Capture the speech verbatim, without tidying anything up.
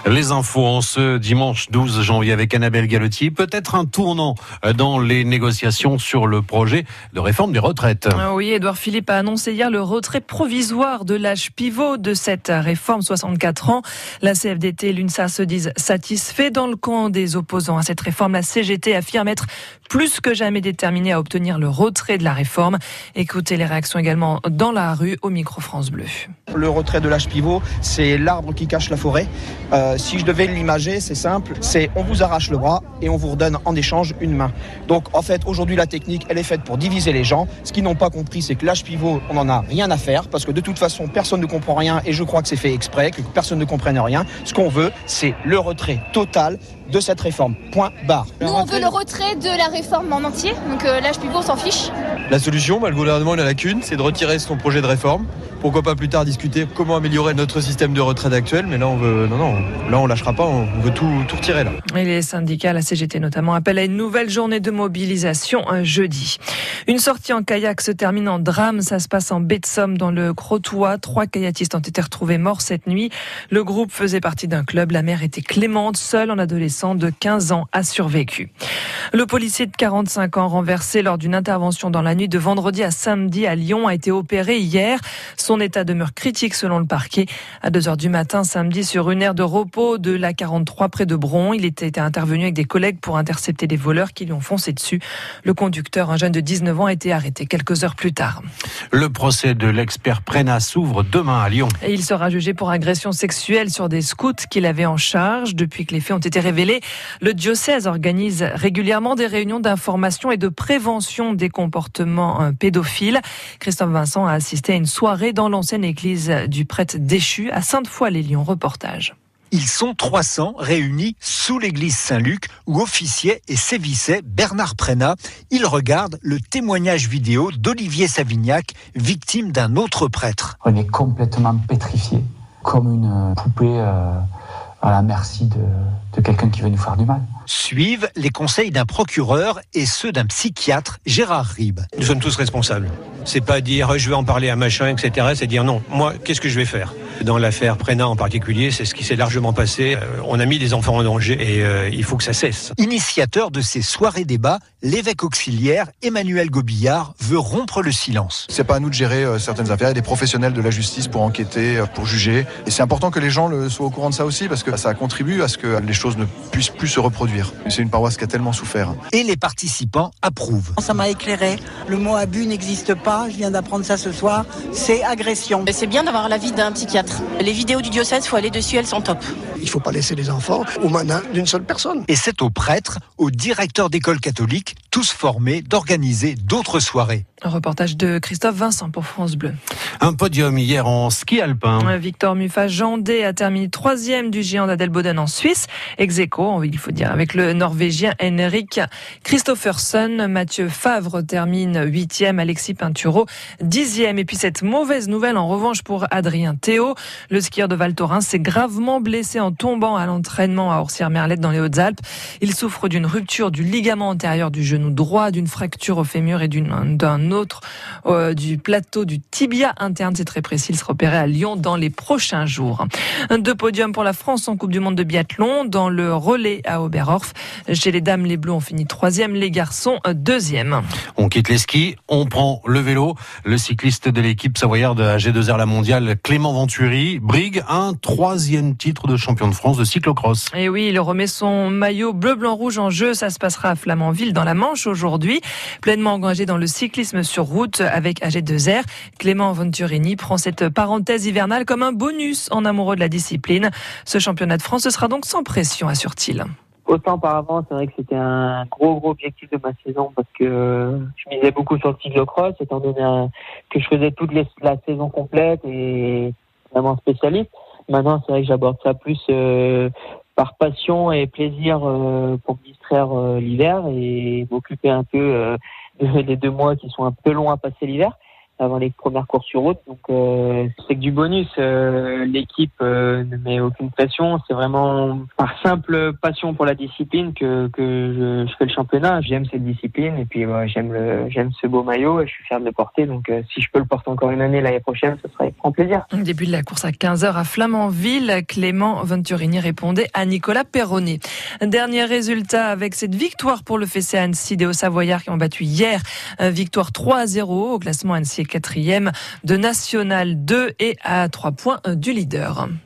Les infos en ce dimanche douze janvier avec Annabelle Galotti. Peut-être un tournant dans les négociations sur le projet de réforme des retraites. Oui, Édouard Philippe a annoncé hier le retrait provisoire de l'âge pivot de cette réforme, soixante-quatre ans. La C F D T et l'UNSA se disent satisfaits. Dans le camp des opposants à cette réforme, la C G T affirme être plus que jamais déterminée à obtenir le retrait de la réforme. Écoutez les réactions également dans la rue au micro France Bleu. Le retrait de l'âge pivot, c'est l'arbre qui cache la forêt. Euh, si je devais l'imager, c'est simple, c'est on vous arrache le bras et on vous redonne en échange une main. Donc en fait, aujourd'hui, la technique, elle est faite pour diviser les gens. Ce qu'ils n'ont pas compris, c'est que l'âge pivot, on n'en a rien à faire parce que de toute façon, personne ne comprend rien et je crois que c'est fait exprès, que personne ne comprenne rien. Ce qu'on veut, c'est le retrait total de cette réforme. Point barre. Nous, on veut le retrait de la réforme en entier, donc euh, l'âge pivot, on s'en fiche. La solution, bah, le gouvernement a la lacune, c'est de retirer son projet de réforme. Pourquoi pas plus tard discuter comment améliorer notre système de retraite actuel, mais là on veut, non non, là on lâchera pas, on veut tout, tout retirer là. Et les syndicats, la C G T notamment, appellent à une nouvelle journée de mobilisation un jeudi. Une sortie en kayak se termine en drame, ça se passe en baie de Somme dans le Crotoy. Trois kayatistes ont été retrouvés morts cette nuit. Le groupe faisait partie d'un club, la mère était Clémente, seul un adolescent de quinze ans a survécu. Le policier de quarante-cinq ans renversé lors d'une intervention dans la nuit de vendredi à samedi à Lyon a été opéré hier. Son état demeure critique selon le parquet. À deux heures du matin, samedi, sur une aire de repos de l'A quarante-trois près de Bron, il était intervenu avec des collègues pour intercepter des voleurs qui lui ont foncé dessus. Le conducteur, un jeune de dix-neuf ans, a été arrêté quelques heures plus tard. Le procès de l'expert Prénat s'ouvre demain à Lyon. Et il sera jugé pour agression sexuelle sur des scouts qu'il avait en charge. Depuis que les faits ont été révélés, le diocèse organise régulièrement des réunions d'information et de prévention des comportements pédophiles. Christophe Vincent a assisté à une soirée dans l'ancienne église du prêtre déchu à Sainte-Foy-les-Lyons. Reportage. Ils sont trois cents réunis sous l'église Saint-Luc où officiait et sévissait Bernard Prénat. Ils regardent le témoignage vidéo d'Olivier Savignac, victime d'un autre prêtre. On est complètement pétrifié, comme une poupée euh, à la merci de, de quelqu'un qui veut nous faire du mal. Suivent les conseils d'un procureur et ceux d'un psychiatre, Gérard Ribes. Nous sommes tous responsables. C'est pas dire je vais en parler à machin, et cetera. C'est dire non, moi, qu'est-ce que je vais faire ? Dans l'affaire Prénat en particulier, c'est ce qui s'est largement passé. Euh, on a mis des enfants en danger et euh, il faut que ça cesse. Initiateur de ces soirées débats, l'évêque auxiliaire Emmanuel Gobillard veut rompre le silence. C'est pas à nous de gérer euh, certaines affaires. Il y a des professionnels de la justice pour enquêter, euh, pour juger. Et c'est important que les gens le, soient au courant de ça aussi parce que ça contribue à ce que les choses ne puissent plus se reproduire. C'est une paroisse qui a tellement souffert. Et les participants approuvent. Ça m'a éclairé. Le mot abus n'existe pas. Je viens d'apprendre ça ce soir. C'est agression. C'est bien d'avoir l'avis d'un psychiatre. Les vidéos du diocèse, il faut aller dessus, elles sont top. Il ne faut pas laisser les enfants aux mains d'une seule personne. Et c'est aux prêtres, aux directeurs d'écoles catholiques, tous formés, d'organiser d'autres soirées. Un reportage de Christophe Vincent pour France Bleu. Un podium hier en ski alpin. Victor Muffat-Jandé a terminé troisième du géant d'Adelboden en Suisse. Ex aequo, il faut dire, avec le Norvégien Henrik Kristoffersen. Mathieu Favre termine huitième, Alexis Pinturo dixième. Et puis cette mauvaise nouvelle en revanche pour Adrien Théo. Le skieur de Val Thorens s'est gravement blessé en tombant à l'entraînement à Orsières-Merlette dans les Hautes-Alpes. Il souffre d'une rupture du ligament antérieur du genou droit, d'une fracture au fémur et d'une, d'un autre euh, du plateau du tibia interne. C'est très précis. Il sera opéré à Lyon dans les prochains jours. Deux podiums pour la France en Coupe du Monde de biathlon. Dans le relais à Oberhof, chez les dames, les Bleus ont fini troisième, les garçons deuxième. On quitte les skis, on prend le vélo. Le cycliste de l'équipe savoyarde à G deux R La Mondiale, Clément Venturi, brigue un troisième titre de champion de France de cyclocross. Et oui, il remet son maillot bleu-blanc-rouge en jeu. Ça se passera à Flamanville dans la Manche aujourd'hui. Pleinement engagé dans le cyclisme sur route avec A G deux R, Clément Venturini prend cette parenthèse hivernale comme un bonus en amoureux de la discipline. Ce championnat de France ce sera donc sans pression, assure-t-il. Autant par avant, c'est vrai que c'était un gros gros objectif de ma saison parce que euh, je misais beaucoup sur le cyclocross étant donné euh, que je faisais toute les, la saison complète et vraiment spécialiste. Maintenant, c'est vrai que j'aborde ça plus euh, par passion et plaisir euh, pour me distraire euh, l'hiver et m'occuper un peu euh, des deux mois qui sont un peu longs à passer l'hiver. avant les premières courses sur route. Donc euh, c'est que du bonus. Euh, l'équipe euh, ne met aucune pression. C'est vraiment par simple passion pour la discipline que que je, je fais le championnat. J'aime cette discipline et puis ouais, j'aime le j'aime ce beau maillot et je suis fier de le porter. Donc euh, si je peux le porter encore une année l'année prochaine, ce serait avec grand plaisir. Début de la course à quinze heures à Flamanville. Clément Venturini répondait à Nicolas Perroni. Dernier résultat avec cette victoire pour le F C Annecy des Hauts-Savoyards qui ont battu hier. Victoire trois à zéro au classement. Annecy est quatrième de National deux et à trois points du leader.